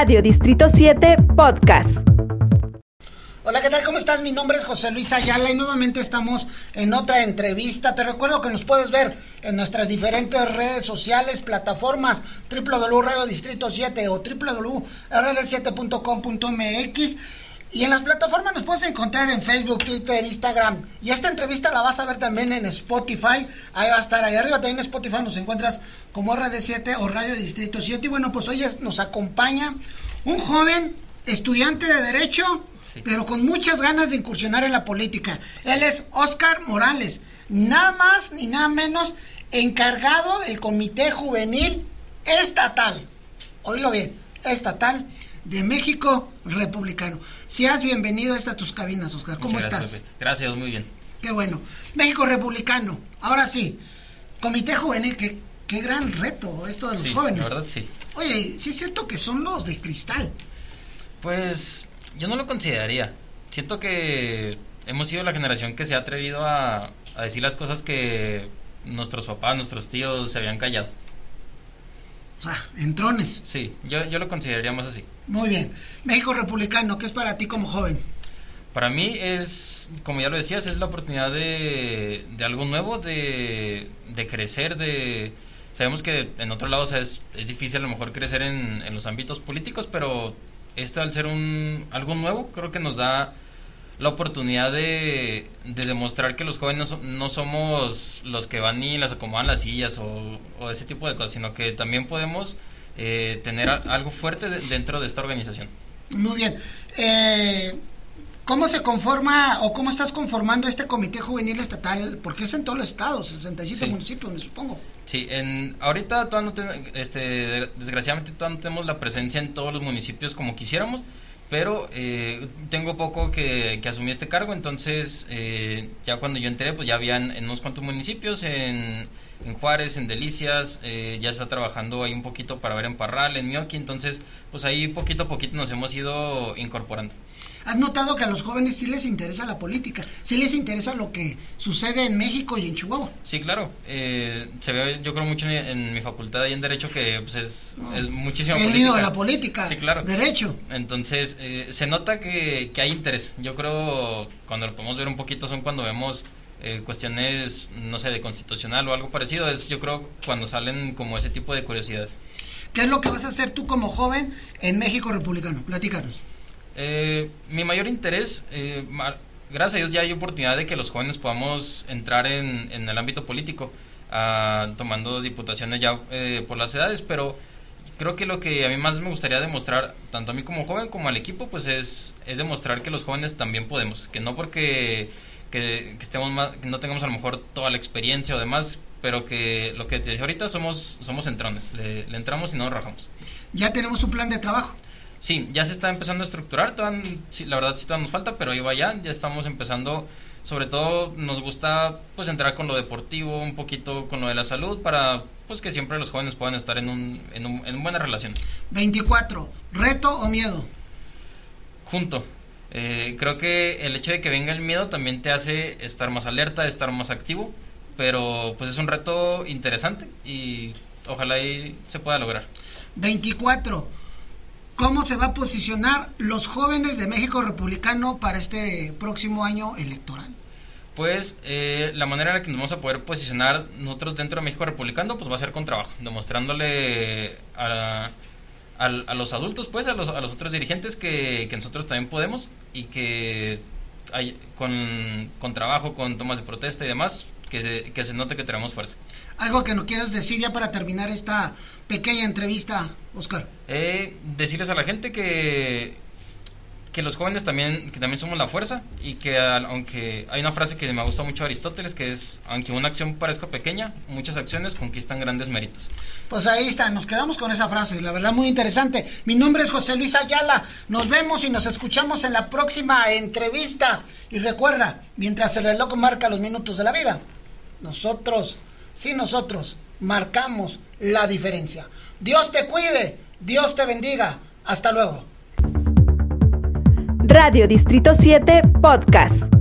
Radio Distrito 7 Podcast. Hola, ¿qué tal? ¿Cómo estás? Mi nombre es José Luis Ayala y nuevamente estamos en otra entrevista. Te recuerdo que nos puedes ver en nuestras diferentes redes sociales, plataformas www.radiodistrito 7 o www.rd7.com.mx. Y en las plataformas nos puedes encontrar en Facebook, Twitter, Instagram. Y esta entrevista la vas a ver también en Spotify. Ahí va a estar, ahí arriba también en Spotify nos encuentras como RD7 o Radio Distrito 7. Y bueno, pues hoy nos acompaña un joven estudiante de Derecho, sí, pero con muchas ganas de incursionar en la política. Sí. Él es Óscar Morales, nada más ni nada menos encargado del Comité Juvenil Estatal. Oílo bien, estatal de México Republicano. Seas bienvenido a tus cabinas, Óscar. ¿Cómo estás? Pepe. Gracias, muy bien. Qué bueno. México Republicano. Ahora sí, Comité Juvenil, qué gran reto esto de los jóvenes. La verdad, sí. Oye, sí es cierto que son los de cristal. Pues yo no lo consideraría. Siento que hemos sido la generación que se ha atrevido a decir las cosas que nuestros papás, nuestros tíos se habían callado. O sea, entrones. Sí, yo lo consideraría más así. Muy bien. México Republicano, ¿qué es para ti como joven? Para mí es, como ya lo decías, es la oportunidad de algo nuevo, de crecer, sabemos que en otros lados es difícil a lo mejor crecer en los ámbitos políticos, pero al ser algo nuevo, creo que nos da la oportunidad de demostrar que los jóvenes no somos los que van y las acomodan las sillas o ese tipo de cosas, sino que también podemos tener algo fuerte dentro de esta organización. Muy bien. ¿Cómo se conforma o cómo estás conformando este Comité Juvenil Estatal? Porque es en todos los estados, 67 municipios, me supongo. Sí, ahorita todavía desgraciadamente todavía no tenemos la presencia en todos los municipios como quisiéramos, pero tengo poco que asumí este cargo, entonces ya cuando yo entré, pues ya habían en unos cuantos municipios, en Juárez, en Delicias, ya se está trabajando ahí un poquito para ver en Parral, en Mioqui, entonces pues ahí poquito a poquito nos hemos ido incorporando. ¿Has notado que a los jóvenes sí les interesa la política? ¿Sí les interesa lo que sucede en México y en Chihuahua? Sí, claro. Se ve, yo creo mucho en mi facultad y en Derecho que pues es muchísima política. El nido de la política. Sí, claro. Derecho. Entonces, se nota que hay interés. Yo creo, cuando lo podemos ver un poquito, son cuando vemos cuestiones, no sé, de constitucional o algo parecido. Es, yo creo, cuando salen como ese tipo de curiosidades. ¿Qué es lo que vas a hacer tú como joven en México Republicano? Platícanos. Mi mayor interés, gracias a Dios ya hay oportunidad de que los jóvenes podamos entrar en el ámbito político, tomando diputaciones ya por las edades, pero creo que lo que a mí más me gustaría demostrar, tanto a mí como joven como al equipo, pues es demostrar que los jóvenes también podemos, que no porque que estemos más, que no tengamos a lo mejor toda la experiencia o demás, pero que lo que te decía ahorita somos entrones, le entramos y no nos rajamos. ¿Ya tenemos un plan de trabajo? Sí, ya se está empezando a estructurar, sí, la verdad sí todavía nos falta, pero ahí va ya estamos empezando, sobre todo nos gusta pues entrar con lo deportivo, un poquito con lo de la salud, para pues que siempre los jóvenes puedan estar en buena relación. 24, ¿reto o miedo? Junto. Creo que el hecho de que venga el miedo también te hace estar más alerta, estar más activo, pero pues es un reto interesante y ojalá ahí se pueda lograr. 24, ¿cómo se va a posicionar los jóvenes de México Republicano para este próximo año electoral? Pues la manera en la que nos vamos a poder posicionar nosotros dentro de México Republicano pues va a ser con trabajo, demostrándole a los adultos, pues a los otros dirigentes que nosotros también podemos y que hay, con trabajo, con tomas de protesta y demás, que se note que tenemos fuerza. ¿Algo que nos quieras decir ya para terminar esta pequeña entrevista, Óscar? Decirles a la gente que los jóvenes también somos la fuerza y que aunque hay una frase que me gusta mucho de Aristóteles, que es: aunque una acción parezca pequeña, muchas acciones conquistan grandes méritos. Pues ahí está, nos quedamos con esa frase, la verdad muy interesante. Mi nombre es José Luis Ayala, nos vemos y nos escuchamos en la próxima entrevista. Y recuerda, mientras el reloj marca los minutos de la vida, nosotros marcamos la diferencia. Dios te cuide, Dios te bendiga, hasta luego. Radio Distrito 7 Podcast.